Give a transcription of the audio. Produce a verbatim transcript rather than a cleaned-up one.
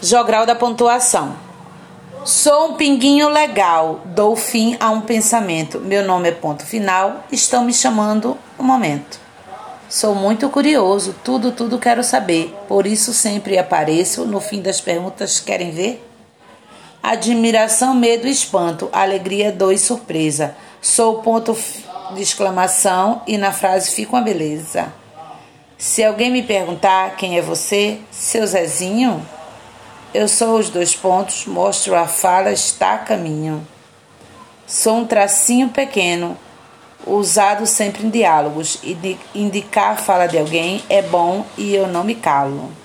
Jogral da pontuação. Sou um pinguinho legal, dou fim a um pensamento. Meu nome é ponto final, estão me chamando no momento. Sou muito curioso, tudo, tudo quero saber. Por isso sempre apareço, no fim das perguntas querem ver? Admiração, medo e espanto, alegria, dor e surpresa. Sou ponto de exclamação e na frase fica uma beleza. Se alguém me perguntar quem é você, seu Zezinho, eu sou os dois pontos, mostro a fala, está a caminho. Sou um tracinho pequeno, usado sempre em diálogos. Indicar a fala de alguém é bom e eu não me calo.